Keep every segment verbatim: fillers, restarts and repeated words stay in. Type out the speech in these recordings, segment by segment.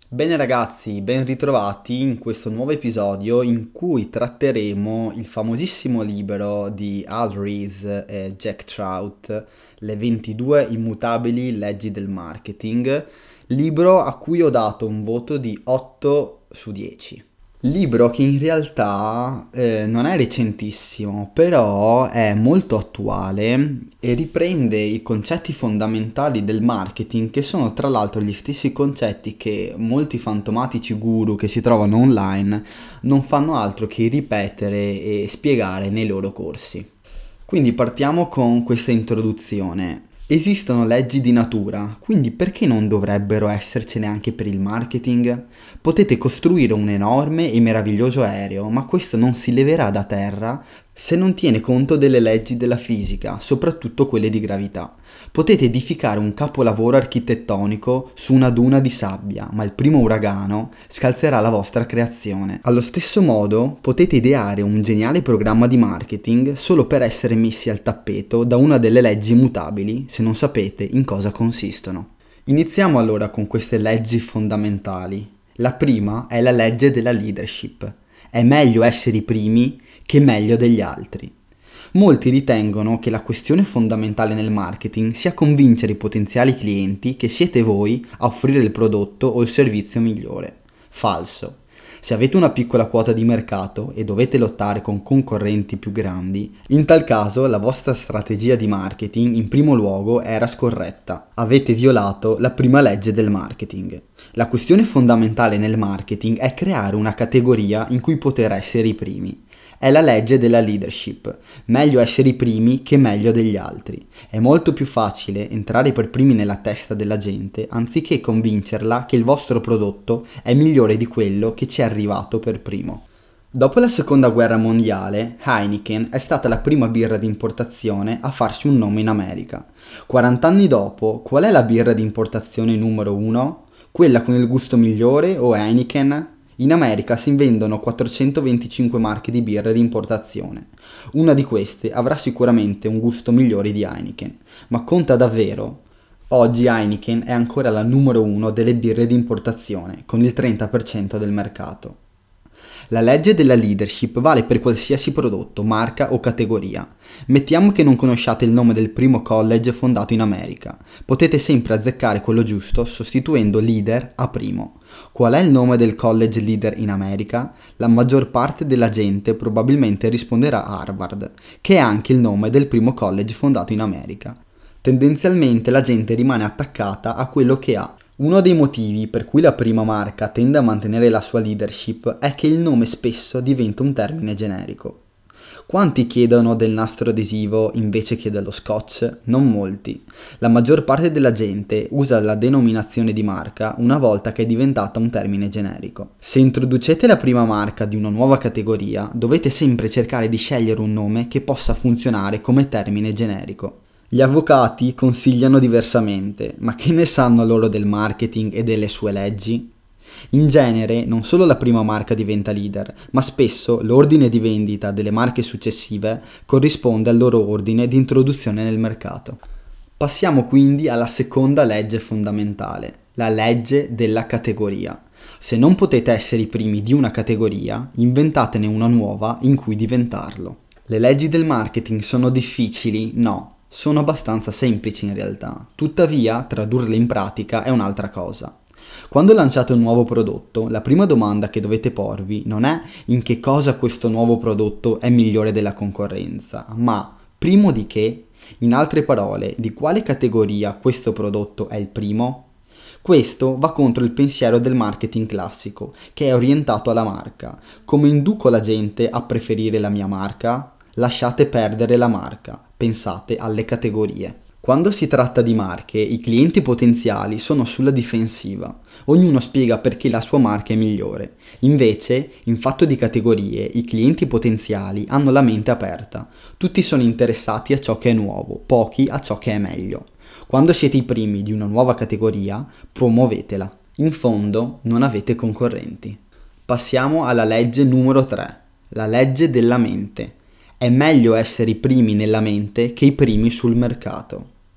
Bene ragazzi, ben ritrovati in questo nuovo episodio in cui tratteremo il famosissimo libro di Al Ries e Jack Trout, Le ventidue immutabili leggi del marketing, libro a cui ho dato un voto di otto su dieci. Libro che in realtà eh, non è recentissimo, però è molto attuale e riprende i concetti fondamentali del marketing, che sono tra l'altro gli stessi concetti che molti fantomatici guru che si trovano online non fanno altro che ripetere e spiegare nei loro corsi. Quindi partiamo con questa introduzione. Esistono leggi di natura, quindi perché non dovrebbero essercene anche per il marketing? Potete costruire un enorme e meraviglioso aereo, ma questo non si leverà da terra se non tiene conto delle leggi della fisica, soprattutto quelle di gravità. Potete edificare un capolavoro architettonico su una duna di sabbia, ma il primo uragano scalzerà la vostra creazione. Allo stesso modo, potete ideare un geniale programma di marketing solo per essere messi al tappeto da una delle leggi immutabili se non sapete in cosa consistono. Iniziamo allora con queste leggi fondamentali. La prima è la legge della leadership. È meglio essere i primi che meglio degli altri. Molti ritengono che la questione fondamentale nel marketing sia convincere i potenziali clienti che siete voi a offrire il prodotto o il servizio migliore. Falso. Se avete una piccola quota di mercato e dovete lottare con concorrenti più grandi, in tal caso la vostra strategia di marketing in primo luogo era scorretta. Avete violato la prima legge del marketing. La questione fondamentale nel marketing è creare una categoria in cui poter essere i primi. È la legge della leadership. Meglio essere i primi che meglio degli altri. È molto più facile entrare per primi nella testa della gente anziché convincerla che il vostro prodotto è migliore di quello che ci è arrivato per primo. Dopo la seconda guerra mondiale, Heineken è stata la prima birra di importazione a farsi un nome in America. quaranta anni dopo, qual è la birra di importazione numero uno? Quella con il gusto migliore o Heineken? In America si vendono quattrocentoventicinque marche di birra di importazione. Una di queste avrà sicuramente un gusto migliore di Heineken, ma conta davvero? Oggi Heineken è ancora la numero uno delle birre di importazione, con il trenta per cento del mercato. La legge della leadership vale per qualsiasi prodotto, marca o categoria. Mettiamo che non conosciate il nome del primo college fondato in America. Potete sempre azzeccare quello giusto sostituendo leader a primo. Qual è il nome del college leader in America? La maggior parte della gente probabilmente risponderà Harvard, che è anche il nome del primo college fondato in America. Tendenzialmente la gente rimane attaccata a quello che ha. Uno dei motivi per cui la prima marca tende a mantenere la sua leadership è che il nome spesso diventa un termine generico. Quanti chiedono del nastro adesivo invece che dello scotch? Non molti. La maggior parte della gente usa la denominazione di marca una volta che è diventata un termine generico. Se introducete la prima marca di una nuova categoria, dovete sempre cercare di scegliere un nome che possa funzionare come termine generico. Gli avvocati consigliano diversamente, ma che ne sanno loro del marketing e delle sue leggi? In genere, non solo la prima marca diventa leader, ma spesso l'ordine di vendita delle marche successive corrisponde al loro ordine di introduzione nel mercato. Passiamo quindi alla seconda legge fondamentale, la legge della categoria. Se non potete essere i primi di una categoria, inventatene una nuova in cui diventarlo. Le leggi del marketing sono difficili? No. Sono abbastanza semplici in realtà, tuttavia tradurle in pratica è un'altra cosa. Quando lanciate un nuovo prodotto, la prima domanda che dovete porvi non è in che cosa questo nuovo prodotto è migliore della concorrenza, ma primo di che, in altre parole, di quale categoria questo prodotto è il primo? Questo va contro il pensiero del marketing classico, che è orientato alla marca. Come induco la gente a preferire la mia marca? Lasciate perdere la marca, pensate alle categorie. Quando si tratta di marche, i clienti potenziali sono sulla difensiva. Ognuno spiega perché la sua marca è migliore. Invece, in fatto di categorie, i clienti potenziali hanno la mente aperta. Tutti sono interessati a ciò che è nuovo, pochi a ciò che è meglio. Quando siete i primi di una nuova categoria, promuovetela. In fondo, non avete concorrenti. Passiamo alla legge numero tre, la legge della mente. È meglio essere i primi nella mente che i primi sul mercato.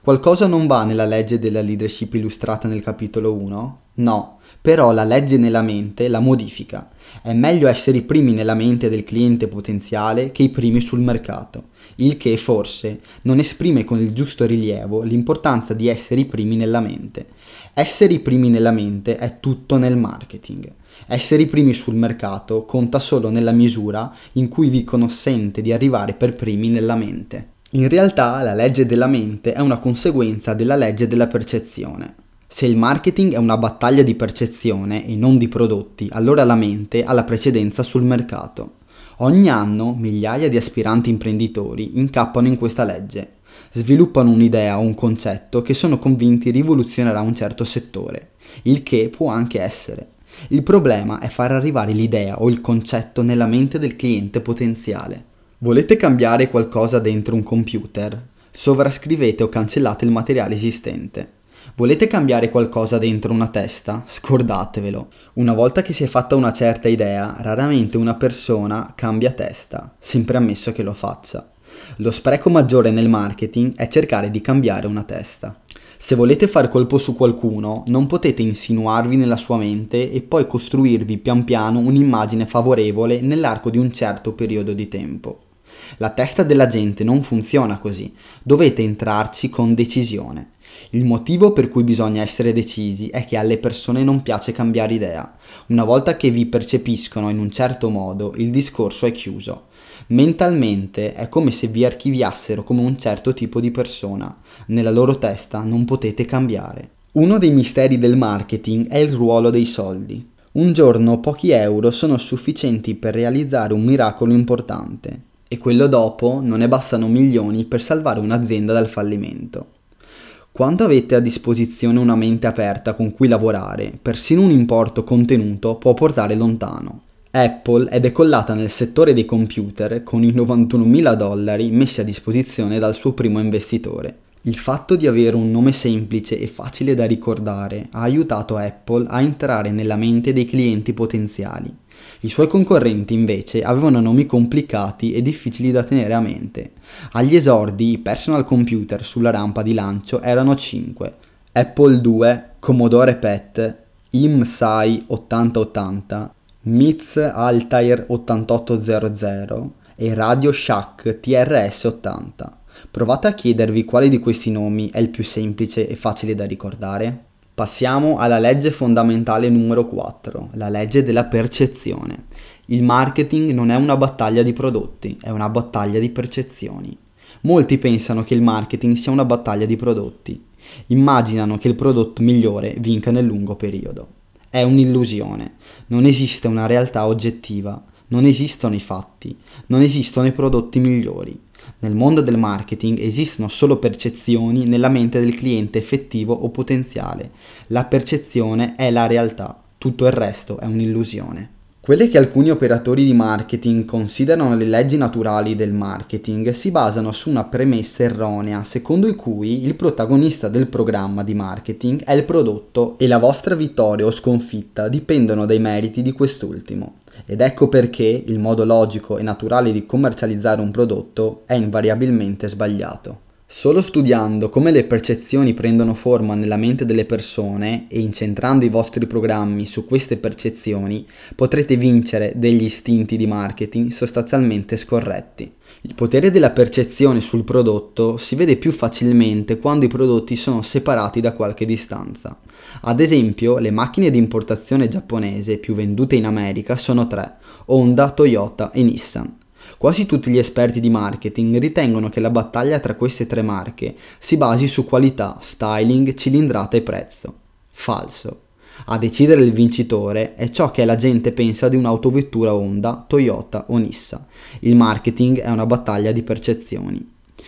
Qualcosa non va nella legge della leadership illustrata nel capitolo uno? No, però la legge nella mente la modifica. È meglio essere i primi nella mente del cliente potenziale che i primi sul mercato, il che forse non esprime con il giusto rilievo l'importanza di essere i primi nella mente. Essere i primi nella mente è tutto nel marketing. Essere i primi sul mercato conta solo nella misura in cui vi consente di arrivare per primi nella mente. In realtà la legge della mente è una conseguenza della legge della percezione. Se il marketing è una battaglia di percezione e non di prodotti, allora la mente ha la precedenza sul mercato. Ogni anno migliaia di aspiranti imprenditori incappano in questa legge, sviluppano un'idea o un concetto che sono convinti rivoluzionerà un certo settore, il che può anche essere. Il problema è far arrivare l'idea o il concetto nella mente del cliente potenziale. Volete cambiare qualcosa dentro un computer? Sovrascrivete o cancellate il materiale esistente. Volete cambiare qualcosa dentro una testa? Scordatevelo. Una volta che si è fatta una certa idea, raramente una persona cambia testa, sempre ammesso che lo faccia. Lo spreco maggiore nel marketing è cercare di cambiare una testa. Se volete far colpo su qualcuno, non potete insinuarvi nella sua mente e poi costruirvi pian piano un'immagine favorevole nell'arco di un certo periodo di tempo. La testa della gente non funziona così, dovete entrarci con decisione. Il motivo per cui bisogna essere decisi è che alle persone non piace cambiare idea. Una volta che vi percepiscono in un certo modo, il discorso è chiuso. Mentalmente è come se vi archiviassero come un certo tipo di persona. Nella loro testa non potete cambiare. Uno dei misteri del marketing è il ruolo dei soldi. Un giorno pochi euro sono sufficienti per realizzare un miracolo importante e quello dopo non ne bastano milioni per salvare un'azienda dal fallimento. Quando avete a disposizione una mente aperta con cui lavorare, persino un importo contenuto può portare lontano. Apple è decollata nel settore dei computer con i novantunomila dollari messi a disposizione dal suo primo investitore. Il fatto di avere un nome semplice e facile da ricordare ha aiutato Apple a entrare nella mente dei clienti potenziali. I suoi concorrenti invece avevano nomi complicati e difficili da tenere a mente. Agli esordi i personal computer sulla rampa di lancio erano cinque: Apple due, Commodore P E T, I M S I ottanta ottanta, M I T Z Altair ottantotto zero zero e Radio Shack T R S ottanta. Provate a chiedervi quale di questi nomi è il più semplice e facile da ricordare. Passiamo alla legge fondamentale numero quattro, la legge della percezione. Il marketing non è una battaglia di prodotti, è una battaglia di percezioni. Molti pensano che il marketing sia una battaglia di prodotti. Immaginano che il prodotto migliore vinca nel lungo periodo. È un'illusione. Non esiste una realtà oggettiva. Non esistono i fatti. Non esistono i prodotti migliori. Nel mondo del marketing esistono solo percezioni nella mente del cliente effettivo o potenziale. La percezione è la realtà, tutto il resto è un'illusione. Quelle che alcuni operatori di marketing considerano le leggi naturali del marketing si basano su una premessa erronea secondo cui il protagonista del programma di marketing è il prodotto e la vostra vittoria o sconfitta dipendono dai meriti di quest'ultimo. Ed ecco perché il modo logico e naturale di commercializzare un prodotto è invariabilmente sbagliato. Solo studiando come le percezioni prendono forma nella mente delle persone e incentrando i vostri programmi su queste percezioni potrete vincere degli istinti di marketing sostanzialmente scorretti. Il potere della percezione sul prodotto si vede più facilmente quando i prodotti sono separati da qualche distanza. Ad esempio, le macchine di importazione giapponese più vendute in America sono tre: Honda, Toyota e Nissan. Quasi tutti gli esperti di marketing ritengono che la battaglia tra queste tre marche si basi su qualità, styling, cilindrata e prezzo. Falso. A decidere il vincitore è ciò che la gente pensa di un'autovettura Honda, Toyota o Nissan. Il marketing è una battaglia di percezioni.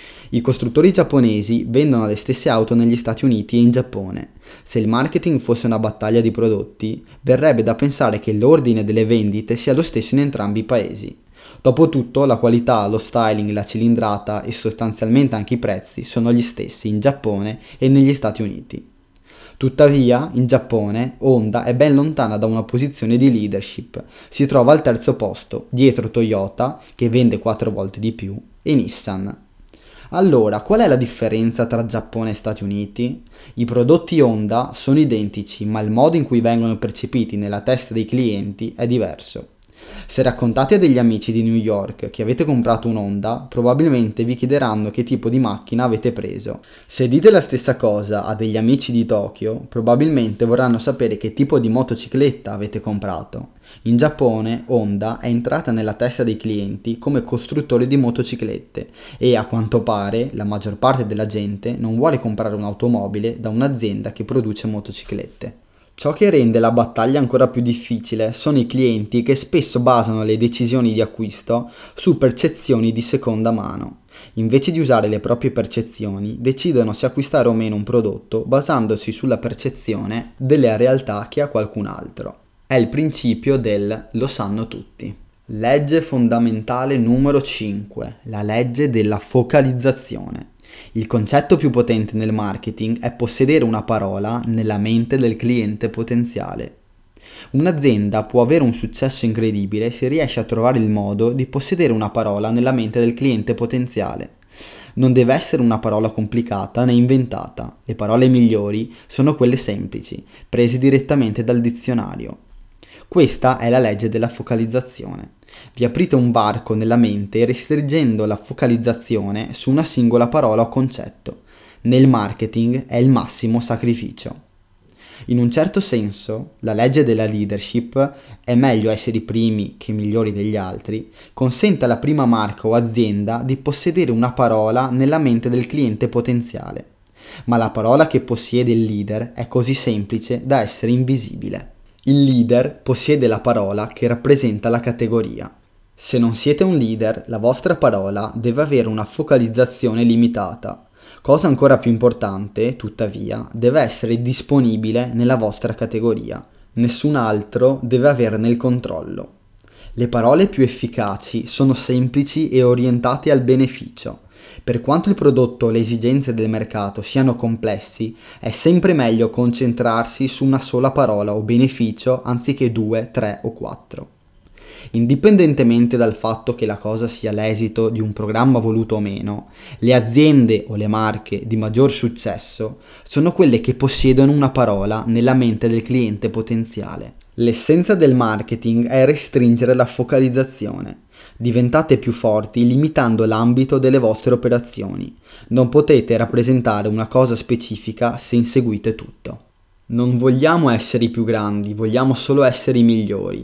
I costruttori giapponesi vendono le stesse auto negli Stati Uniti e in Giappone. Se il marketing fosse una battaglia di prodotti, verrebbe da pensare che l'ordine delle vendite sia lo stesso in entrambi i paesi. Dopotutto la qualità, lo styling, la cilindrata e sostanzialmente anche i prezzi sono gli stessi in Giappone e negli Stati Uniti. Tuttavia, in Giappone, Honda è ben lontana da una posizione di leadership. Si trova al terzo posto, dietro Toyota, che vende quattro volte di più, e Nissan. Allora, qual è la differenza tra Giappone e Stati Uniti? I prodotti Honda sono identici, ma il modo in cui vengono percepiti nella testa dei clienti è diverso. Se raccontate a degli amici di New York che avete comprato un Honda, probabilmente vi chiederanno che tipo di macchina avete preso. Se dite la stessa cosa a degli amici di Tokyo, probabilmente vorranno sapere che tipo di motocicletta avete comprato. In Giappone, Honda è entrata nella testa dei clienti come costruttore di motociclette e, a quanto pare, la maggior parte della gente non vuole comprare un'automobile da un'azienda che produce motociclette. Ciò che rende la battaglia ancora più difficile sono i clienti che spesso basano le decisioni di acquisto su percezioni di seconda mano. Invece di usare le proprie percezioni, decidono se acquistare o meno un prodotto basandosi sulla percezione della realtà che ha qualcun altro. È il principio del lo sanno tutti. Legge fondamentale numero cinque, la legge della focalizzazione. Il concetto più potente nel marketing è possedere una parola nella mente del cliente potenziale. Un'azienda può avere un successo incredibile se riesce a trovare il modo di possedere una parola nella mente del cliente potenziale. Non deve essere una parola complicata né inventata. Le parole migliori sono quelle semplici, prese direttamente dal dizionario. Questa è la legge della focalizzazione. Vi aprite un varco nella mente restringendo la focalizzazione su una singola parola o concetto. Nel marketing è il massimo sacrificio. In un certo senso, la legge della leadership, è meglio essere i primi che migliori degli altri, consente alla prima marca o azienda di possedere una parola nella mente del cliente potenziale. Ma la parola che possiede il leader è così semplice da essere invisibile. Il leader possiede la parola che rappresenta la categoria. Se non siete un leader, la vostra parola deve avere una focalizzazione limitata. Cosa ancora più importante, tuttavia, deve essere disponibile nella vostra categoria. Nessun altro deve averne il controllo. Le parole più efficaci sono semplici e orientate al beneficio. Per quanto il prodotto o le esigenze del mercato siano complessi, è sempre meglio concentrarsi su una sola parola o beneficio anziché due, tre o quattro. Indipendentemente dal fatto che la cosa sia l'esito di un programma voluto o meno, le aziende o le marche di maggior successo sono quelle che possiedono una parola nella mente del cliente potenziale. L'essenza del marketing è restringere la focalizzazione. Diventate più forti limitando l'ambito delle vostre operazioni. Non potete rappresentare una cosa specifica se inseguite tutto. Non vogliamo essere i più grandi, vogliamo solo essere i migliori.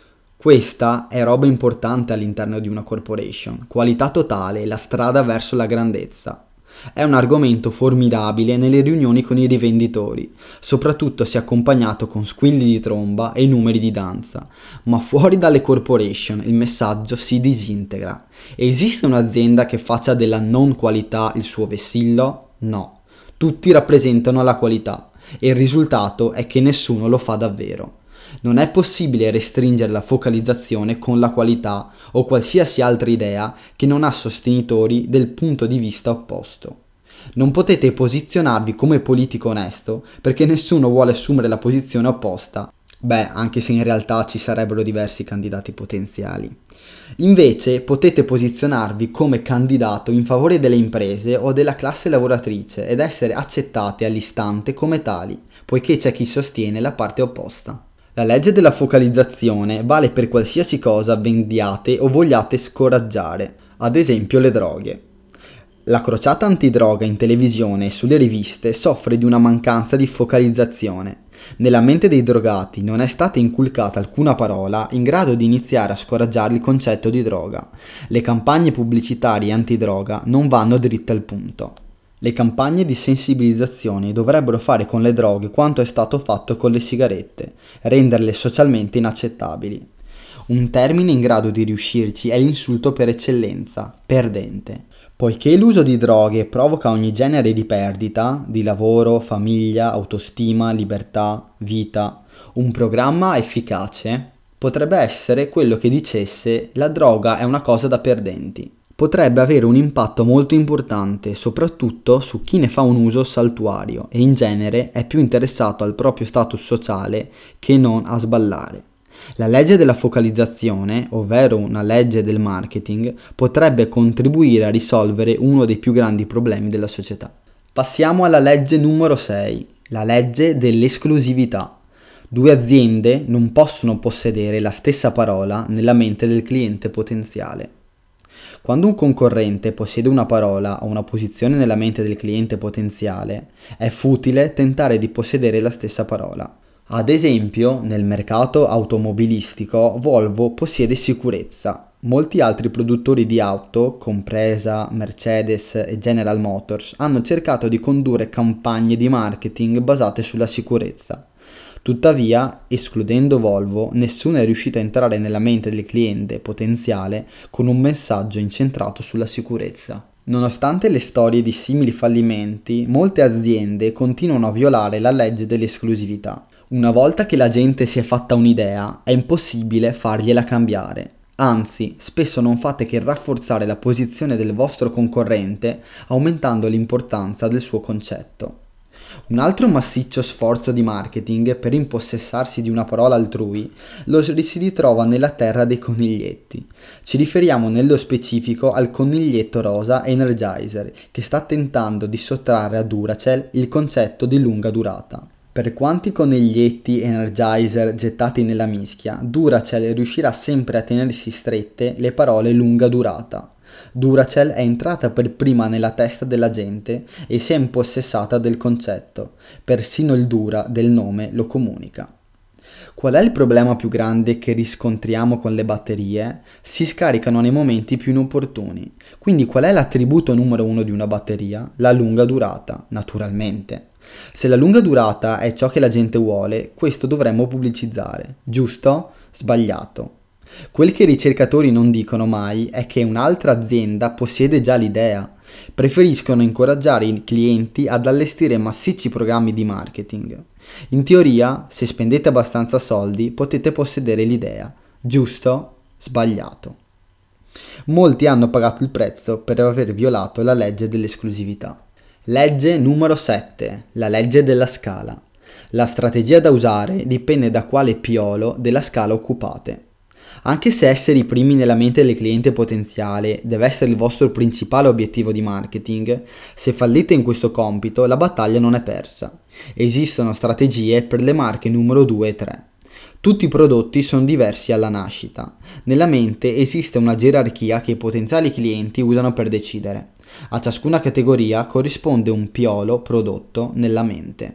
Questa è roba importante all'interno di una corporation. Qualità totale, la strada verso la grandezza. È un argomento formidabile nelle riunioni con i rivenditori, soprattutto se accompagnato con squilli di tromba e numeri di danza, ma fuori dalle corporation il messaggio si disintegra. Esiste un'azienda che faccia della non qualità il suo vessillo? No. Tutti rappresentano la qualità e il risultato è che nessuno lo fa davvero. Non è possibile restringere la focalizzazione con la qualità o qualsiasi altra idea che non ha sostenitori del punto di vista opposto. Non potete posizionarvi come politico onesto perché nessuno vuole assumere la posizione opposta. Beh, anche se in realtà ci sarebbero diversi candidati potenziali. Invece potete posizionarvi come candidato in favore delle imprese o della classe lavoratrice ed essere accettate all'istante come tali, poiché c'è chi sostiene la parte opposta. La legge della focalizzazione vale per qualsiasi cosa vendiate o vogliate scoraggiare, ad esempio le droghe. La crociata antidroga in televisione e sulle riviste soffre di una mancanza di focalizzazione. Nella mente dei drogati non è stata inculcata alcuna parola in grado di iniziare a scoraggiare il concetto di droga. Le campagne pubblicitarie antidroga non vanno dritte al punto. Le campagne di sensibilizzazione dovrebbero fare con le droghe quanto è stato fatto con le sigarette, renderle socialmente inaccettabili. Un termine in grado di riuscirci è l'insulto per eccellenza, perdente. Poiché l'uso di droghe provoca ogni genere di perdita, di lavoro, famiglia, autostima, libertà, vita, un programma efficace potrebbe essere quello che dicesse la droga è una cosa da perdenti. Potrebbe avere un impatto molto importante, soprattutto su chi ne fa un uso saltuario e in genere è più interessato al proprio status sociale che non a sballare. La legge della focalizzazione, ovvero una legge del marketing, potrebbe contribuire a risolvere uno dei più grandi problemi della società. Passiamo alla legge numero sei, la legge dell'esclusività. Due aziende non possono possedere la stessa parola nella mente del cliente potenziale. Quando un concorrente possiede una parola o una posizione nella mente del cliente potenziale, è futile tentare di possedere la stessa parola. Ad esempio, nel mercato automobilistico, Volvo possiede sicurezza. Molti altri produttori di auto, compresa Mercedes e General Motors, hanno cercato di condurre campagne di marketing basate sulla sicurezza. Tuttavia, escludendo Volvo, nessuno è riuscito a entrare nella mente del cliente potenziale con un messaggio incentrato sulla sicurezza. Nonostante le storie di simili fallimenti, molte aziende continuano a violare la legge dell'esclusività. Una volta che la gente si è fatta un'idea, è impossibile fargliela cambiare. Anzi, spesso non fate che rafforzare la posizione del vostro concorrente aumentando l'importanza del suo concetto. Un altro massiccio sforzo di marketing per impossessarsi di una parola altrui lo si ritrova nella terra dei coniglietti. Ci riferiamo nello specifico al coniglietto rosa Energizer, che sta tentando di sottrarre a Duracell il concetto di lunga durata. Per quanti coniglietti Energizer gettati nella mischia, Duracell riuscirà sempre a tenersi strette le parole lunga durata. Duracell è entrata per prima nella testa della gente e si è impossessata del concetto. Persino il Dura del nome lo comunica. Qual è il problema più grande che riscontriamo con le batterie? Si scaricano nei momenti più inopportuni. Quindi qual è l'attributo numero uno di una batteria? La lunga durata, naturalmente. Se la lunga durata è ciò che la gente vuole, questo dovremmo pubblicizzare. Giusto? Sbagliato. Quel che i ricercatori non dicono mai è che un'altra azienda possiede già l'idea. Preferiscono incoraggiare i clienti ad allestire massicci programmi di marketing. In teoria, se spendete abbastanza soldi, potete possedere l'idea. Giusto? Sbagliato. Molti hanno pagato il prezzo per aver violato la legge dell'esclusività. Legge numero sette, la legge della scala. La strategia da usare dipende da quale piolo della scala occupate. Anche se essere i primi nella mente del cliente potenziale deve essere il vostro principale obiettivo di marketing, se fallite in questo compito la battaglia non è persa. Esistono strategie per le marche numero due e tre. Tutti i prodotti sono diversi alla nascita. Nella mente esiste una gerarchia che i potenziali clienti usano per decidere. A ciascuna categoria corrisponde un piolo prodotto nella mente.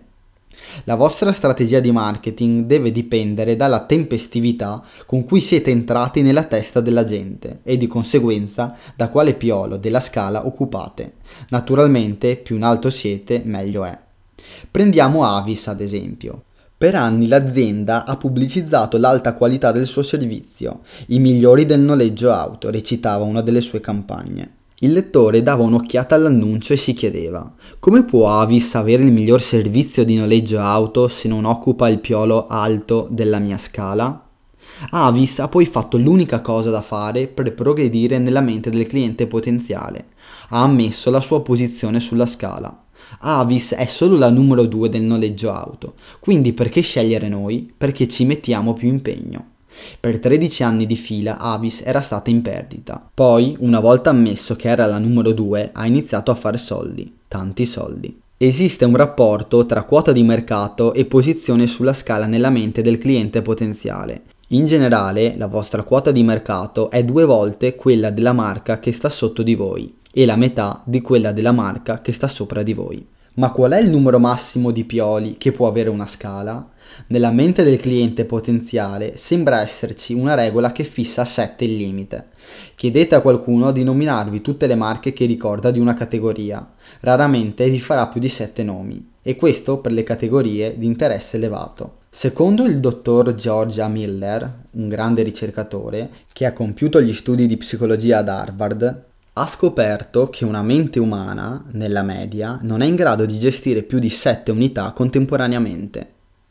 La vostra strategia di marketing deve dipendere dalla tempestività con cui siete entrati nella testa della gente e di conseguenza da quale piolo della scala occupate. Naturalmente, più in alto siete, meglio è. Prendiamo Avis ad esempio. Per anni l'azienda ha pubblicizzato l'alta qualità del suo servizio, i migliori del noleggio auto, recitava una delle sue campagne. Il lettore dava un'occhiata all'annuncio e si chiedeva: come può Avis avere il miglior servizio di noleggio auto se non occupa il piolo alto della mia scala? Avis ha poi fatto l'unica cosa da fare per progredire nella mente del cliente potenziale. Ha ammesso la sua posizione sulla scala. Avis è solo la numero due del noleggio auto, quindi perché scegliere noi? Perché ci mettiamo più impegno. Per tredici anni di fila Avis era stata in perdita. Poi, una volta ammesso che era la numero due, ha iniziato a fare soldi, tanti soldi. Esiste un rapporto tra quota di mercato e posizione sulla scala nella mente del cliente potenziale. In generale, la vostra quota di mercato è due volte quella della marca che sta sotto di voi e la metà di quella della marca che sta sopra di voi. Ma qual è il numero massimo di pioli che può avere una scala? Nella mente del cliente potenziale sembra esserci una regola che fissa a sette il limite. Chiedete a qualcuno di nominarvi tutte le marche che ricorda di una categoria. Raramente vi farà più di sette nomi, e questo per le categorie di interesse elevato. Secondo il dottor George A. Miller, un grande ricercatore che ha compiuto gli studi di psicologia ad Harvard, ha scoperto che una mente umana, nella media, non è in grado di gestire più di sette unità contemporaneamente.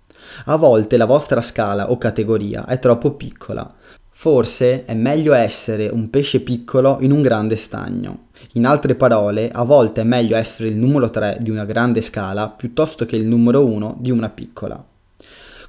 A volte la vostra scala o categoria è troppo piccola. Forse è meglio essere un pesce piccolo in un grande stagno. In altre parole, a volte è meglio essere il numero tre di una grande scala piuttosto che il numero uno di una piccola.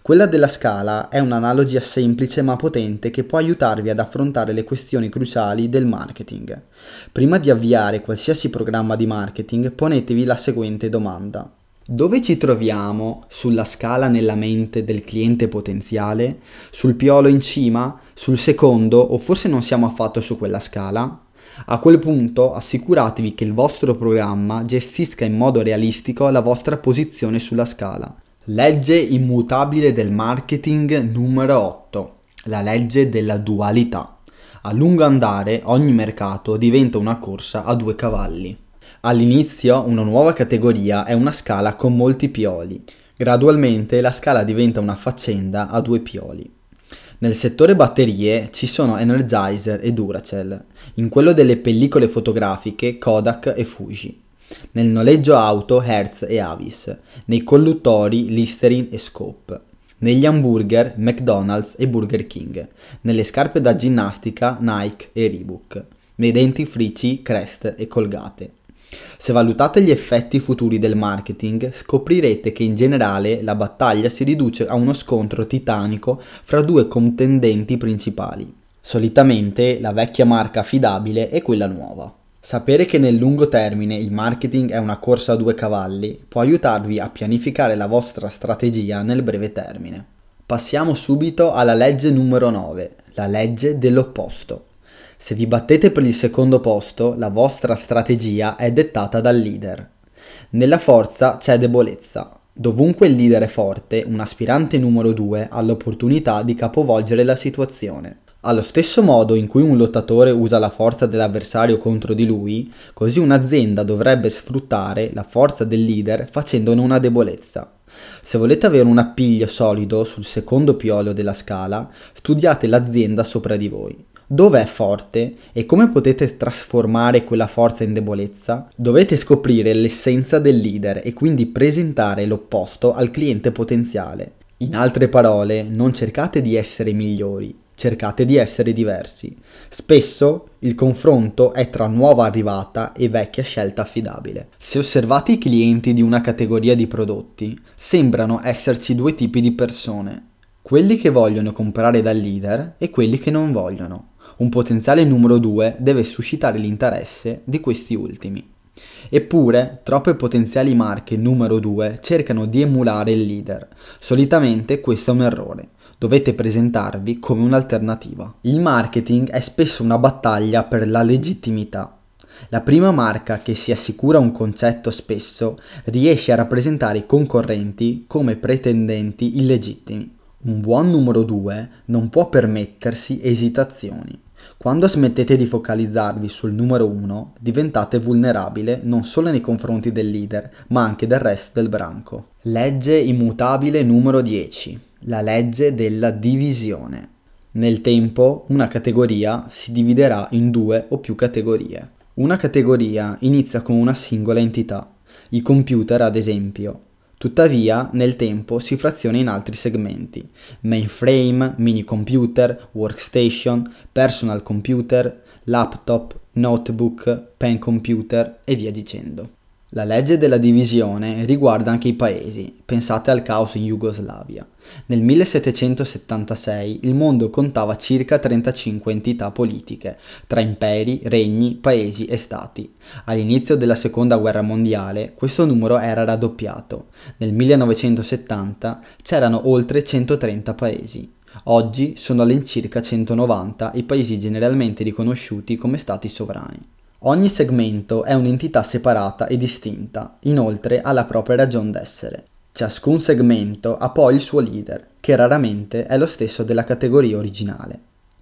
Quella della scala è un'analogia semplice ma potente che può aiutarvi ad affrontare le questioni cruciali del marketing. Prima di avviare qualsiasi programma di marketing, ponetevi la seguente domanda. Dove ci troviamo sulla scala nella mente del cliente potenziale? Sul piolo in cima? Sul secondo? O forse non siamo affatto su quella scala? A quel punto assicuratevi che il vostro programma gestisca in modo realistico la vostra posizione sulla scala. Legge immutabile del marketing numero otto. La legge della dualità. A lungo andare ogni mercato diventa una corsa a due cavalli. All'inizio una nuova categoria è una scala con molti pioli. Gradualmente la scala diventa una faccenda a due pioli. Nel settore batterie ci sono Energizer e Duracell, in quello delle pellicole fotografiche Kodak e Fuji, nel noleggio auto Hertz e Avis, nei colluttori Listerine e Scope, negli hamburger McDonald's e Burger King, nelle scarpe da ginnastica Nike e Reebok, nei dentifrici Crest e Colgate. Se valutate gli effetti futuri del marketing, scoprirete che in generale la battaglia si riduce a uno scontro titanico fra due contendenti principali. Solitamente la vecchia marca affidabile e quella nuova. Sapere che nel lungo termine il marketing è una corsa a due cavalli può aiutarvi a pianificare la vostra strategia nel breve termine. Passiamo subito alla legge numero nove, la legge dell'opposto. Se vi battete per il secondo posto, la vostra strategia è dettata dal leader. Nella forza c'è debolezza. Dovunque il leader è forte, un aspirante numero due ha l'opportunità di capovolgere la situazione. Allo stesso modo in cui un lottatore usa la forza dell'avversario contro di lui, così un'azienda dovrebbe sfruttare la forza del leader facendone una debolezza. Se volete avere un appiglio solido sul secondo piolo della scala, studiate l'azienda sopra di voi. Dove è forte e come potete trasformare quella forza in debolezza? Dovete scoprire l'essenza del leader e quindi presentare l'opposto al cliente potenziale. In altre parole, non cercate di essere migliori, cercate di essere diversi. Spesso il confronto è tra nuova arrivata e vecchia scelta affidabile. Se osservate i clienti di una categoria di prodotti, sembrano esserci due tipi di persone. Quelli che vogliono comprare dal leader e quelli che non vogliono. Un potenziale numero due deve suscitare l'interesse di questi ultimi. Eppure, troppe potenziali marche numero due cercano di emulare il leader. Solitamente questo è un errore. Dovete presentarvi come un'alternativa. Il marketing è spesso una battaglia per la legittimità. La prima marca che si assicura un concetto spesso riesce a rappresentare i concorrenti come pretendenti illegittimi. Un buon numero due non può permettersi esitazioni. Quando smettete di focalizzarvi sul numero uno, diventate vulnerabile non solo nei confronti del leader, ma anche del resto del branco. Legge immutabile numero dieci. La legge della divisione. Nel tempo, una categoria si dividerà in due o più categorie. Una categoria inizia con una singola entità, i computer ad esempio. Tuttavia, nel tempo si fraziona in altri segmenti: mainframe, mini computer, workstation, personal computer, laptop, notebook, pen computer e via dicendo. La legge della divisione riguarda anche i paesi, pensate al caos in Jugoslavia. Nel millesettecentosettantasei il mondo contava circa trentacinque entità politiche, tra imperi, regni, paesi e stati. All'inizio della seconda guerra mondiale questo numero era raddoppiato. Nel millenovecentosettanta c'erano oltre centotrenta paesi. Oggi sono all'incirca centonovanta i paesi generalmente riconosciuti come stati sovrani. Ogni segmento è un'entità separata e distinta, inoltre ha la propria ragion d'essere. Ciascun segmento ha poi il suo leader, che raramente è lo stesso della categoria originale.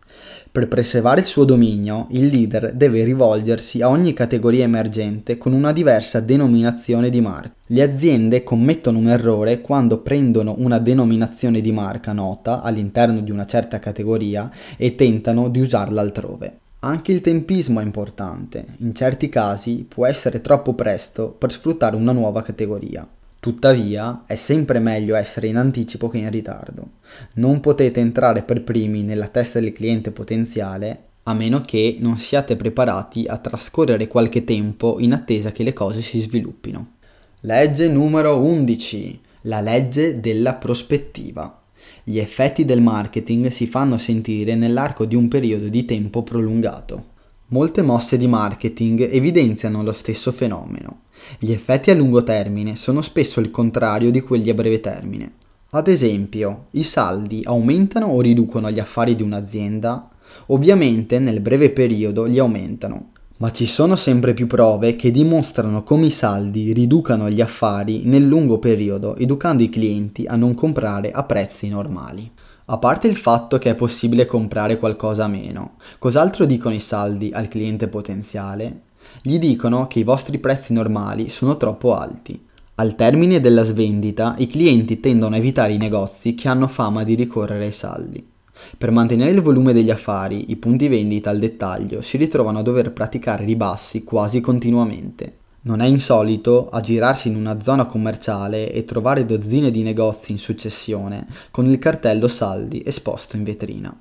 Per preservare il suo dominio, il leader deve rivolgersi a ogni categoria emergente con una diversa denominazione di marca. Le aziende commettono un errore quando prendono una denominazione di marca nota all'interno di una certa categoria e tentano di usarla altrove. Anche il tempismo è importante, in certi casi può essere troppo presto per sfruttare una nuova categoria. Tuttavia, è sempre meglio essere in anticipo che in ritardo. Non potete entrare per primi nella testa del cliente potenziale a meno che non siate preparati a trascorrere qualche tempo in attesa che le cose si sviluppino. Legge numero undici. La legge della prospettiva. Gli effetti del marketing si fanno sentire nell'arco di un periodo di tempo prolungato. Molte mosse di marketing evidenziano lo stesso fenomeno. Gli effetti a lungo termine sono spesso il contrario di quelli a breve termine. Ad esempio, i saldi aumentano o riducono gli affari di un'azienda? Ovviamente nel breve periodo li aumentano, ma ci sono sempre più prove che dimostrano come i saldi riducano gli affari nel lungo periodo, educando i clienti a non comprare a prezzi normali. A parte il fatto che è possibile comprare qualcosa a meno, cos'altro dicono i saldi al cliente potenziale? Gli dicono che i vostri prezzi normali sono troppo alti. Al termine della svendita, i clienti tendono a evitare i negozi che hanno fama di ricorrere ai saldi. Per mantenere il volume degli affari, i punti vendita al dettaglio si ritrovano a dover praticare ribassi quasi continuamente. Non è insolito aggirarsi in una zona commerciale e trovare dozzine di negozi in successione con il cartello saldi esposto in vetrina.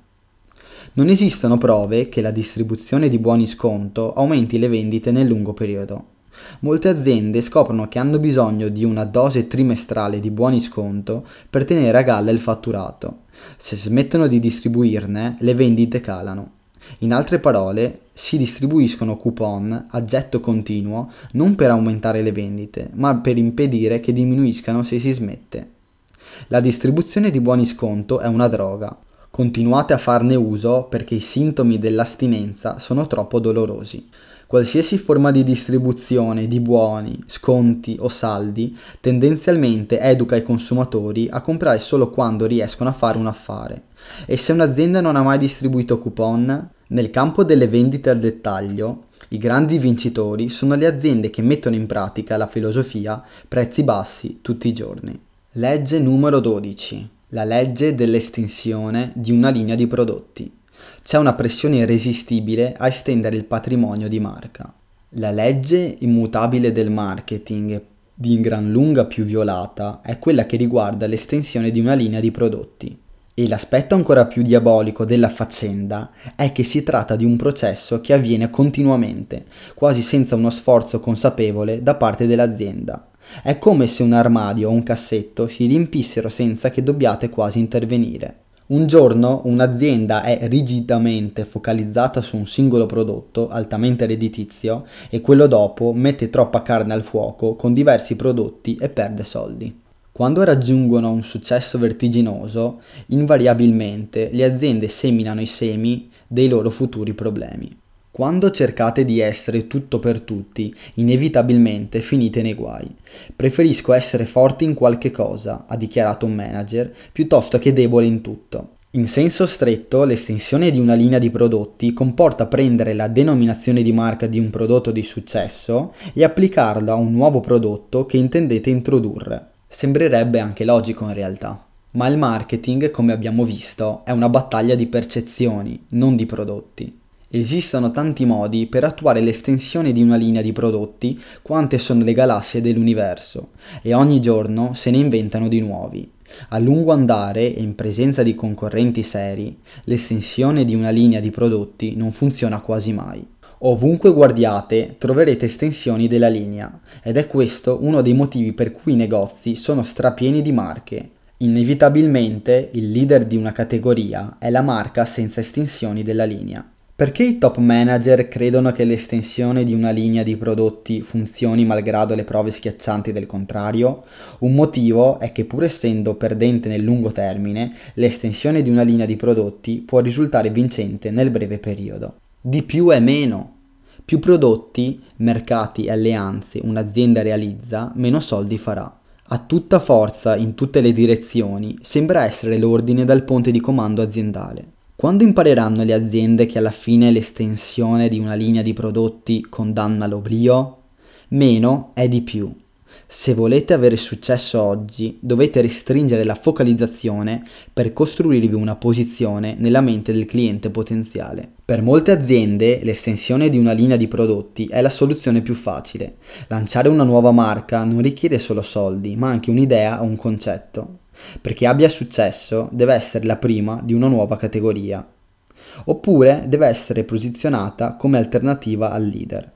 Non esistono prove che la distribuzione di buoni sconto aumenti le vendite nel lungo periodo. Molte aziende scoprono che hanno bisogno di una dose trimestrale di buoni sconto per tenere a galla il fatturato. Se smettono di distribuirne, le vendite calano. In altre parole, si distribuiscono coupon a getto continuo non per aumentare le vendite, ma per impedire che diminuiscano se si smette. La distribuzione di buoni sconto è una droga. Continuate a farne uso perché i sintomi dell'astinenza sono troppo dolorosi. Qualsiasi forma di distribuzione di buoni, sconti o saldi tendenzialmente educa i consumatori a comprare solo quando riescono a fare un affare. E se un'azienda non ha mai distribuito coupon, nel campo delle vendite al dettaglio, i grandi vincitori sono le aziende che mettono in pratica la filosofia prezzi bassi tutti i giorni. Legge numero dodici. La legge dell'estinzione di una linea di prodotti. C'è una pressione irresistibile a estendere il patrimonio di marca. La legge immutabile del marketing, di gran lunga più violata, è quella che riguarda l'estensione di una linea di prodotti. E l'aspetto ancora più diabolico della faccenda è che si tratta di un processo che avviene continuamente, quasi senza uno sforzo consapevole da parte dell'azienda. È come se un armadio o un cassetto si riempissero senza che dobbiate quasi intervenire. Un giorno un'azienda è rigidamente focalizzata su un singolo prodotto altamente redditizio e quello dopo mette troppa carne al fuoco con diversi prodotti e perde soldi. Quando raggiungono un successo vertiginoso, invariabilmente le aziende seminano i semi dei loro futuri problemi. Quando cercate di essere tutto per tutti, inevitabilmente finite nei guai. Preferisco essere forte in qualche cosa, ha dichiarato un manager, piuttosto che debole in tutto. In senso stretto, l'estensione di una linea di prodotti comporta prendere la denominazione di marca di un prodotto di successo e applicarlo a un nuovo prodotto che intendete introdurre. Sembrerebbe anche logico in realtà. Ma il marketing, come abbiamo visto, è una battaglia di percezioni, non di prodotti. Esistono tanti modi per attuare l'estensione di una linea di prodotti quante sono le galassie dell'universo e ogni giorno se ne inventano di nuovi. A lungo andare e in presenza di concorrenti seri, l'estensione di una linea di prodotti non funziona quasi mai. Ovunque guardiate troverete estensioni della linea ed è questo uno dei motivi per cui i negozi sono strapieni di marche. Inevitabilmente il leader di una categoria è la marca senza estensioni della linea. Perché i top manager credono che l'estensione di una linea di prodotti funzioni malgrado le prove schiaccianti del contrario? Un motivo è che pur essendo perdente nel lungo termine, l'estensione di una linea di prodotti può risultare vincente nel breve periodo. Di più è meno. Più prodotti, mercati e alleanze un'azienda realizza, meno soldi farà. A tutta forza in tutte le direzioni sembra essere l'ordine dal ponte di comando aziendale. Quando impareranno le aziende che alla fine l'estensione di una linea di prodotti condanna l'oblio? Meno è di più. Se volete avere successo oggi, dovete restringere la focalizzazione per costruirvi una posizione nella mente del cliente potenziale. Per molte aziende, l'estensione di una linea di prodotti è la soluzione più facile. Lanciare una nuova marca non richiede solo soldi, ma anche un'idea o un concetto. Perché abbia successo deve essere la prima di una nuova categoria, oppure deve essere posizionata come alternativa al leader.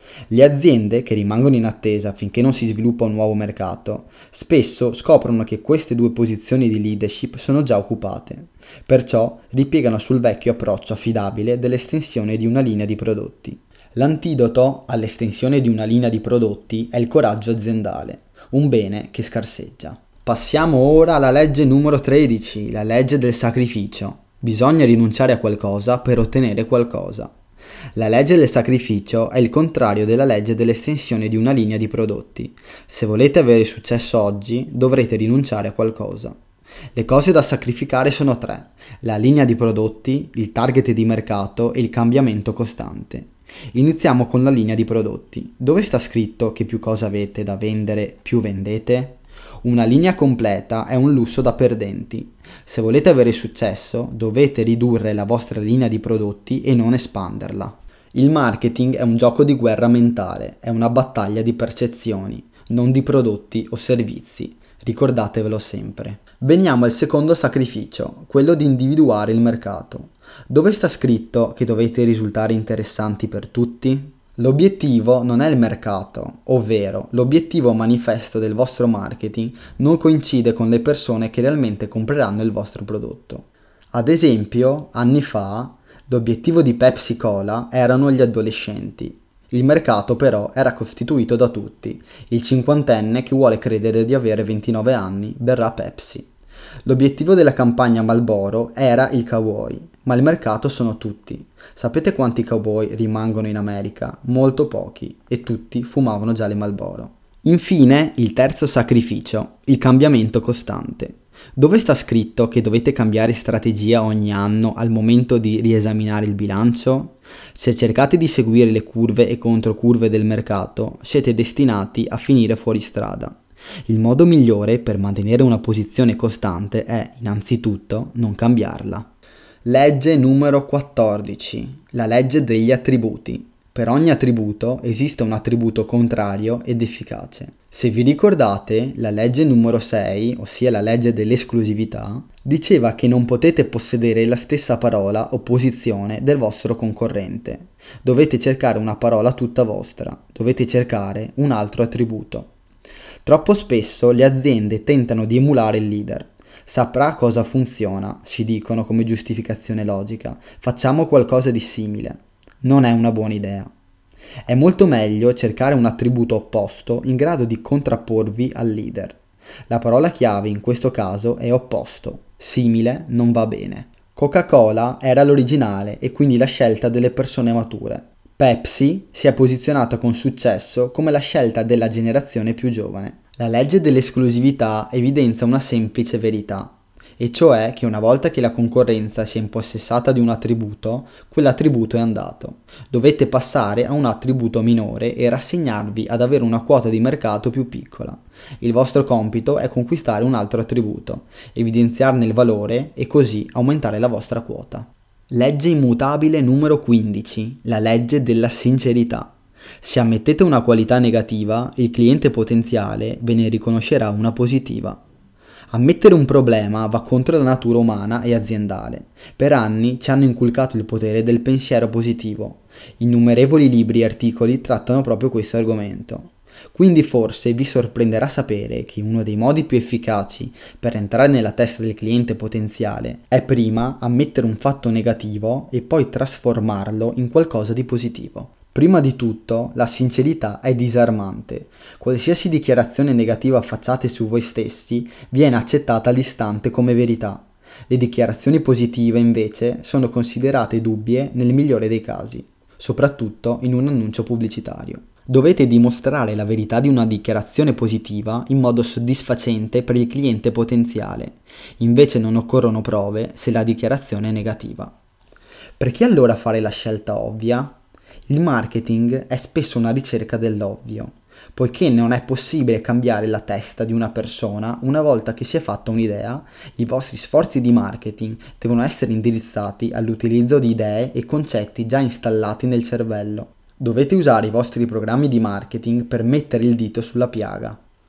Le aziende che rimangono in attesa finché non si sviluppa un nuovo mercato, spesso scoprono che queste due posizioni di leadership sono già occupate, perciò ripiegano sul vecchio approccio affidabile dell'estensione di una linea di prodotti. L'antidoto all'estensione di una linea di prodotti è il coraggio aziendale, un bene che scarseggia. Passiamo ora alla legge numero tredici, la legge del sacrificio. Bisogna rinunciare a qualcosa per ottenere qualcosa. La legge del sacrificio è il contrario della legge dell'estensione di una linea di prodotti. Se volete avere successo oggi, dovrete rinunciare a qualcosa. Le cose da sacrificare sono tre: la linea di prodotti, il target di mercato e il cambiamento costante. Iniziamo con la linea di prodotti. Dove sta scritto che più cose avete da vendere, più vendete? Una linea completa è un lusso da perdenti. Se volete avere successo, dovete ridurre la vostra linea di prodotti e non espanderla. Il marketing è un gioco di guerra mentale, è una battaglia di percezioni, non di prodotti o servizi. Ricordatevelo sempre. Veniamo al secondo sacrificio, quello di individuare il mercato. Dove sta scritto che dovete risultare interessanti per tutti? L'obiettivo non è il mercato, ovvero l'obiettivo manifesto del vostro marketing non coincide con le persone che realmente compreranno il vostro prodotto. Ad esempio, anni fa, l'obiettivo di Pepsi Cola erano gli adolescenti. Il mercato però era costituito da tutti. Il cinquantenne che vuole credere di avere ventinove anni berrà Pepsi. L'obiettivo della campagna Marlboro era il cowboy, ma il mercato sono tutti. Sapete quanti cowboy rimangono in America? Molto pochi, e tutti fumavano già le Marlboro. Infine, il terzo sacrificio, il cambiamento costante. Dove sta scritto che dovete cambiare strategia ogni anno al momento di riesaminare il bilancio? Se cercate di seguire le curve e controcurve del mercato, siete destinati a finire fuori strada. Il modo migliore per mantenere una posizione costante è, innanzitutto, non cambiarla. Legge numero quattordici. La legge degli attributi. Per ogni attributo esiste un attributo contrario ed efficace. Se vi ricordate, la legge numero sei, ossia la legge dell'esclusività, diceva che non potete possedere la stessa parola o posizione del vostro concorrente. Dovete cercare una parola tutta vostra, dovete cercare un altro attributo. Troppo spesso le aziende tentano di emulare il leader. Saprà cosa funziona, si dicono come giustificazione logica. Facciamo qualcosa di simile. Non è una buona idea. È molto meglio cercare un attributo opposto in grado di contrapporvi al leader. La parola chiave in questo caso è opposto. Simile non va bene. Coca-Cola era l'originale e quindi la scelta delle persone mature. Pepsi si è posizionata con successo come la scelta della generazione più giovane. La legge dell'esclusività evidenzia una semplice verità, e cioè che una volta che la concorrenza si è impossessata di un attributo, quell'attributo è andato. Dovete passare a un attributo minore e rassegnarvi ad avere una quota di mercato più piccola. Il vostro compito è conquistare un altro attributo, evidenziarne il valore e così aumentare la vostra quota. Legge immutabile numero quindici, la legge della sincerità. Se ammettete una qualità negativa, il cliente potenziale ve ne riconoscerà una positiva. Ammettere un problema va contro la natura umana e aziendale. Per anni ci hanno inculcato il potere del pensiero positivo. Innumerevoli libri e articoli trattano proprio questo argomento. Quindi forse vi sorprenderà sapere che uno dei modi più efficaci per entrare nella testa del cliente potenziale è prima ammettere un fatto negativo e poi trasformarlo in qualcosa di positivo. Prima di tutto, la sincerità è disarmante. Qualsiasi dichiarazione negativa facciate su voi stessi viene accettata all'istante come verità. Le dichiarazioni positive, invece, sono considerate dubbie nel migliore dei casi, soprattutto in un annuncio pubblicitario. Dovete dimostrare la verità di una dichiarazione positiva in modo soddisfacente per il cliente potenziale. Invece non occorrono prove se la dichiarazione è negativa. Perché allora fare la scelta ovvia? Il marketing è spesso una ricerca dell'ovvio, poiché non è possibile cambiare la testa di una persona una volta che si è fatta un'idea. I vostri sforzi di marketing devono essere indirizzati all'utilizzo di idee e concetti già installati nel cervello. Dovete usare i vostri programmi di marketing per mettere il dito sulla piaga.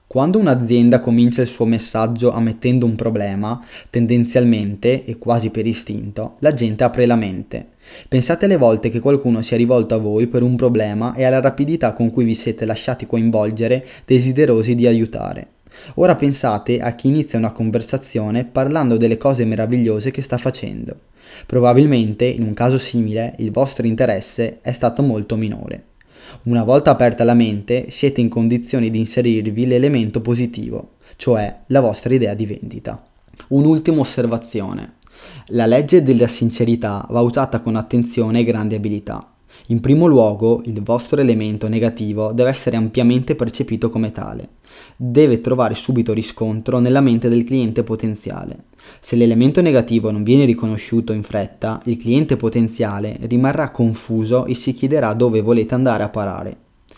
Quando un'azienda comincia il suo messaggio ammettendo un problema, tendenzialmente, e quasi per istinto, la gente apre la mente. Pensate alle volte che qualcuno sia rivolto a voi per un problema e alla rapidità con cui vi siete lasciati coinvolgere, desiderosi di aiutare. Ora pensate a chi inizia una conversazione parlando delle cose meravigliose che sta facendo. Probabilmente, in un caso simile, il vostro interesse è stato molto minore. Una volta aperta la mente, siete in condizioni di inserirvi l'elemento positivo, cioè la vostra idea di vendita. Un'ultima osservazione. La legge della sincerità va usata con attenzione e grande abilità. In primo luogo, il vostro elemento negativo deve essere ampiamente percepito come tale. Deve trovare subito riscontro nella mente del cliente potenziale. Se l'elemento negativo non viene riconosciuto in fretta, il cliente potenziale rimarrà confuso e si chiederà dove volete andare a parare.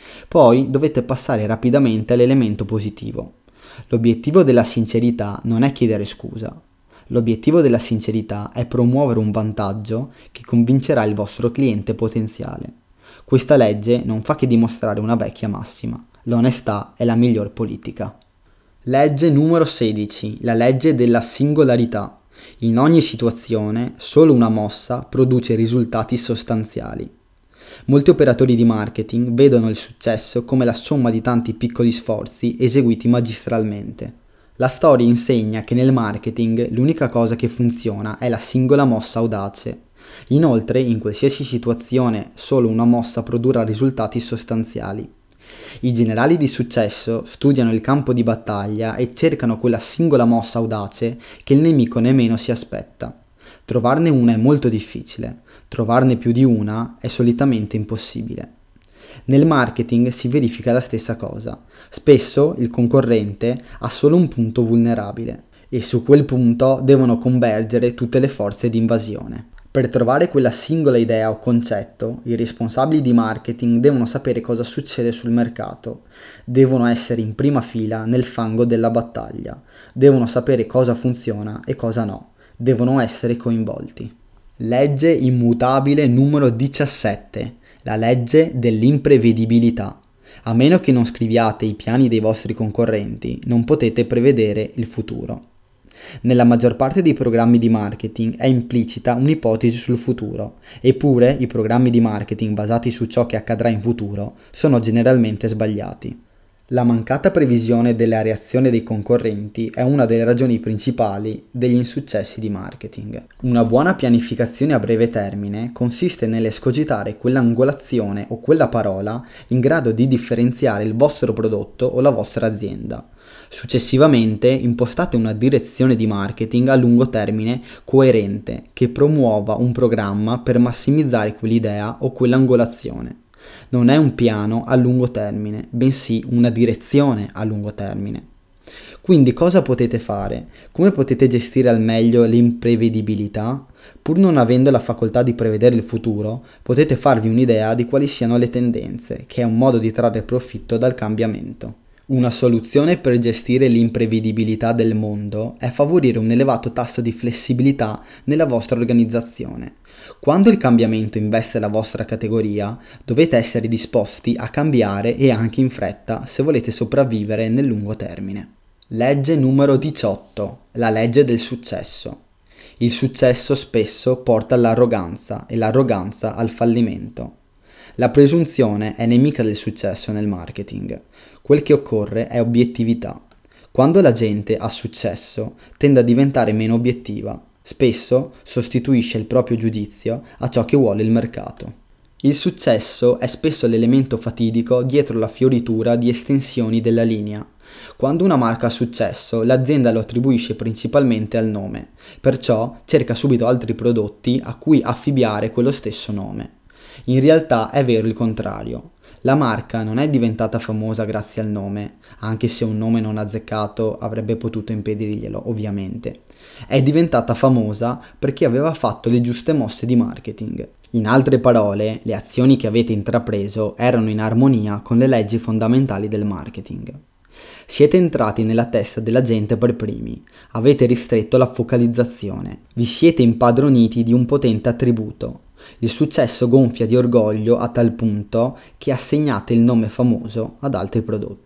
Poi dovete passare rapidamente all'elemento positivo. L'obiettivo della sincerità non è chiedere scusa. L'obiettivo della sincerità è promuovere un vantaggio che convincerà il vostro cliente potenziale. Questa legge non fa che dimostrare una vecchia massima: l'onestà è la miglior politica. Legge numero sedici, la legge della singolarità. In ogni situazione, solo una mossa produce risultati sostanziali. Molti operatori di marketing vedono il successo come la somma di tanti piccoli sforzi eseguiti magistralmente. La storia insegna che nel marketing l'unica cosa che funziona è la singola mossa audace. Inoltre, in qualsiasi situazione, solo una mossa produrrà risultati sostanziali. I generali di successo studiano il campo di battaglia e cercano quella singola mossa audace che il nemico nemmeno si aspetta. Trovarne una è molto difficile, trovarne più di una è solitamente impossibile. Nel marketing si verifica la stessa cosa. Spesso il concorrente ha solo un punto vulnerabile e su quel punto devono convergere tutte le forze di invasione. Per trovare quella singola idea o concetto, i responsabili di marketing devono sapere cosa succede sul mercato, devono essere in prima fila nel fango della battaglia, devono sapere cosa funziona e cosa no, devono essere coinvolti. Legge immutabile numero diciassette, la legge dell'imprevedibilità. A meno che non scriviate i piani dei vostri concorrenti, non potete prevedere il futuro. Nella maggior parte dei programmi di marketing è implicita un'ipotesi sul futuro, eppure i programmi di marketing basati su ciò che accadrà in futuro sono generalmente sbagliati. La mancata previsione della reazione dei concorrenti è una delle ragioni principali degli insuccessi di marketing. Una buona pianificazione a breve termine consiste nell'escogitare quell'angolazione o quella parola in grado di differenziare il vostro prodotto o la vostra azienda. Successivamente impostate una direzione di marketing a lungo termine coerente che promuova un programma per massimizzare quell'idea o quell'angolazione. Non è un piano a lungo termine, bensì una direzione a lungo termine. Quindi cosa potete fare? Come potete gestire al meglio l'imprevedibilità? Pur non avendo la facoltà di prevedere il futuro, potete farvi un'idea di quali siano le tendenze, che è un modo di trarre profitto dal cambiamento. Una soluzione per gestire l'imprevedibilità del mondo è favorire un elevato tasso di flessibilità nella vostra organizzazione. Quando il cambiamento investe la vostra categoria, dovete essere disposti a cambiare e anche in fretta se volete sopravvivere nel lungo termine. Legge numero diciotto, la legge del successo. Il successo spesso porta all'arroganza e l'arroganza al fallimento. La presunzione è nemica del successo nel marketing. Quel che occorre è obiettività. Quando la gente ha successo, tende a diventare meno obiettiva. Spesso sostituisce il proprio giudizio a ciò che vuole il mercato. Il successo è spesso l'elemento fatidico dietro la fioritura di estensioni della linea. Quando una marca ha successo, l'azienda lo attribuisce principalmente al nome, perciò cerca subito altri prodotti a cui affibbiare quello stesso nome. In realtà è vero il contrario. La marca non è diventata famosa grazie al nome, anche se un nome non azzeccato avrebbe potuto impedirglielo, ovviamente. È diventata famosa perché aveva fatto le giuste mosse di marketing. In altre parole, le azioni che avete intrapreso erano in armonia con le leggi fondamentali del marketing. Siete entrati nella testa della gente per primi, avete ristretto la focalizzazione, vi siete impadroniti di un potente attributo. Il successo gonfia di orgoglio a tal punto che assegnate il nome famoso ad altri prodotti.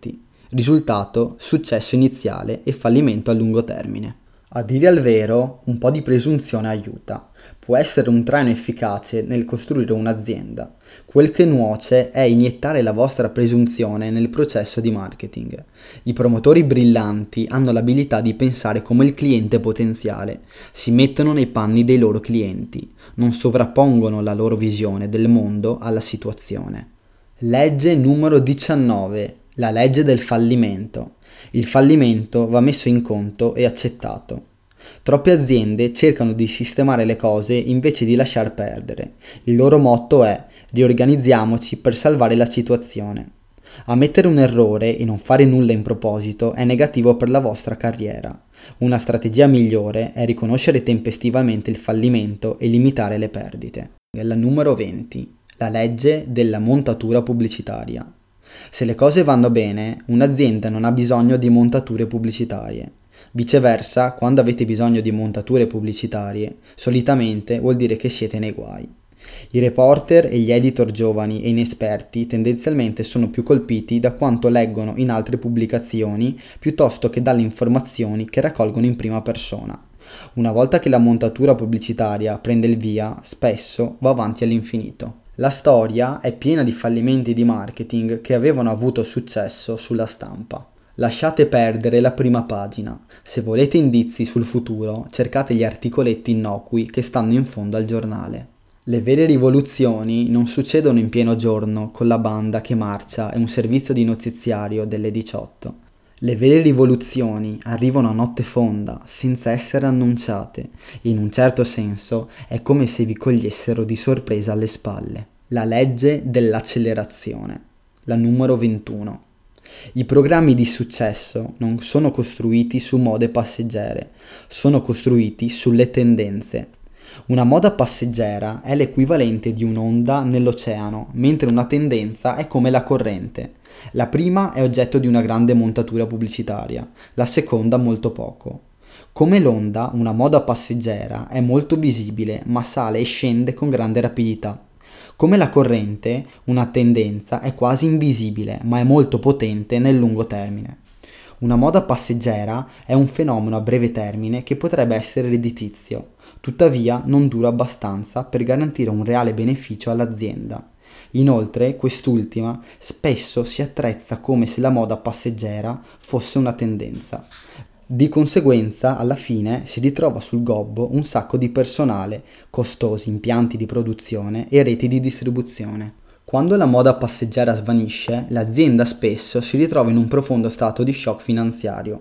Risultato: successo iniziale e fallimento a lungo termine. A dire al vero, un po' di presunzione aiuta. Può essere un traino efficace nel costruire un'azienda. Quel che nuoce è iniettare la vostra presunzione nel processo di marketing. I promotori brillanti hanno l'abilità di pensare come il cliente potenziale, si mettono nei panni dei loro clienti, non sovrappongono la loro visione del mondo alla situazione. Legge numero diciannove. La legge del fallimento. Il fallimento va messo in conto e accettato. Troppe aziende cercano di sistemare le cose invece di lasciar perdere. Il loro motto è: riorganizziamoci per salvare la situazione. Ammettere un errore e non fare nulla in proposito è negativo per la vostra carriera. Una strategia migliore è riconoscere tempestivamente il fallimento e limitare le perdite. La numero venti. La legge della montatura pubblicitaria. Se le cose vanno bene, un'azienda non ha bisogno di montature pubblicitarie. Viceversa, quando avete bisogno di montature pubblicitarie, solitamente vuol dire che siete nei guai. I reporter e gli editor giovani e inesperti tendenzialmente sono più colpiti da quanto leggono in altre pubblicazioni piuttosto che dalle informazioni che raccolgono in prima persona. Una volta che la montatura pubblicitaria prende il via, spesso va avanti all'infinito. La storia è piena di fallimenti di marketing che avevano avuto successo sulla stampa. Lasciate perdere la prima pagina. Se volete indizi sul futuro, cercate gli articoletti innocui che stanno in fondo al giornale. Le vere rivoluzioni non succedono in pieno giorno con la banda che marcia e un servizio di notiziario delle diciotto. Le vere rivoluzioni arrivano a notte fonda, senza essere annunciate. In un certo senso è come se vi cogliessero di sorpresa alle spalle. La legge dell'accelerazione. La numero ventuno. I programmi di successo non sono costruiti su mode passeggere, sono costruiti sulle tendenze. Una moda passeggera è l'equivalente di un'onda nell'oceano, mentre una tendenza è come la corrente. La prima è oggetto di una grande montatura pubblicitaria, la seconda molto poco. Come l'onda, una moda passeggera è molto visibile, ma sale e scende con grande rapidità. Come la corrente, una tendenza è quasi invisibile, ma è molto potente nel lungo termine. Una moda passeggera è un fenomeno a breve termine che potrebbe essere redditizio, tuttavia non dura abbastanza per garantire un reale beneficio all'azienda. Inoltre, quest'ultima spesso si attrezza come se la moda passeggera fosse una tendenza. Di conseguenza, alla fine, si ritrova sul gobbo un sacco di personale, costosi impianti di produzione e reti di distribuzione. Quando la moda passeggera svanisce, l'azienda spesso si ritrova in un profondo stato di shock finanziario.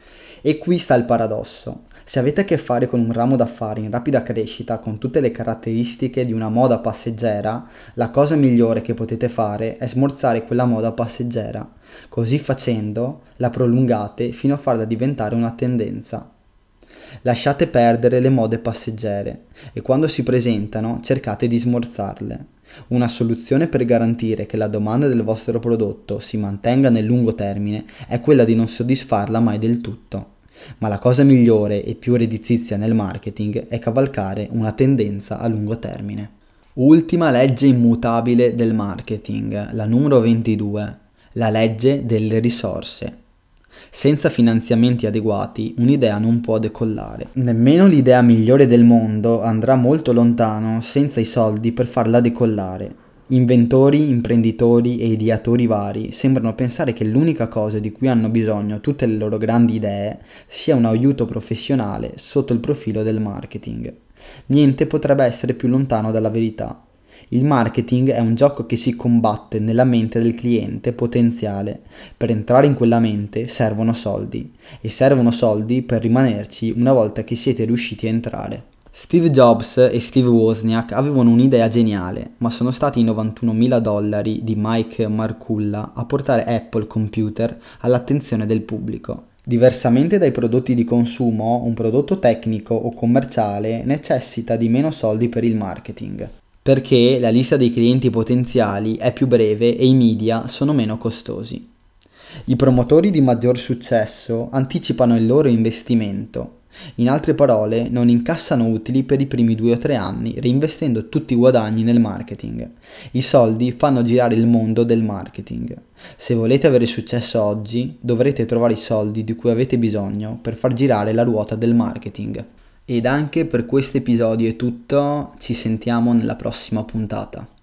E qui sta il paradosso. Se avete a che fare con un ramo d'affari in rapida crescita con tutte le caratteristiche di una moda passeggera, la cosa migliore che potete fare è smorzare quella moda passeggera. Così facendo, la prolungate fino a farla diventare una tendenza. Lasciate perdere le mode passeggere e quando si presentano cercate di smorzarle. Una soluzione per garantire che la domanda del vostro prodotto si mantenga nel lungo termine è quella di non soddisfarla mai del tutto. Ma la cosa migliore e più redditizia nel marketing è cavalcare una tendenza a lungo termine. Ultima legge immutabile del marketing, la numero ventidue, la legge delle risorse. Senza finanziamenti adeguati un'idea non può decollare. Nemmeno l'idea migliore del mondo andrà molto lontano senza i soldi per farla decollare. Inventori, imprenditori e ideatori vari sembrano pensare che l'unica cosa di cui hanno bisogno tutte le loro grandi idee sia un aiuto professionale sotto il profilo del marketing. Niente potrebbe essere più lontano dalla verità. Il marketing è un gioco che si combatte nella mente del cliente potenziale. Per entrare in quella mente servono soldi e servono soldi per rimanerci una volta che siete riusciti a entrare. Steve Jobs e Steve Wozniak avevano un'idea geniale, ma sono stati i novantunomila dollari di Mike Marculla a portare Apple Computer all'attenzione del pubblico. Diversamente dai prodotti di consumo, un prodotto tecnico o commerciale necessita di meno soldi per il marketing, perché la lista dei clienti potenziali è più breve e i media sono meno costosi. I promotori di maggior successo anticipano il loro investimento. In altre parole, non incassano utili per i primi due o tre anni, reinvestendo tutti i guadagni nel marketing. I soldi fanno girare il mondo del marketing. Se volete avere successo oggi, dovrete trovare i soldi di cui avete bisogno per far girare la ruota del marketing. Ed anche per questo episodio è tutto, ci sentiamo nella prossima puntata.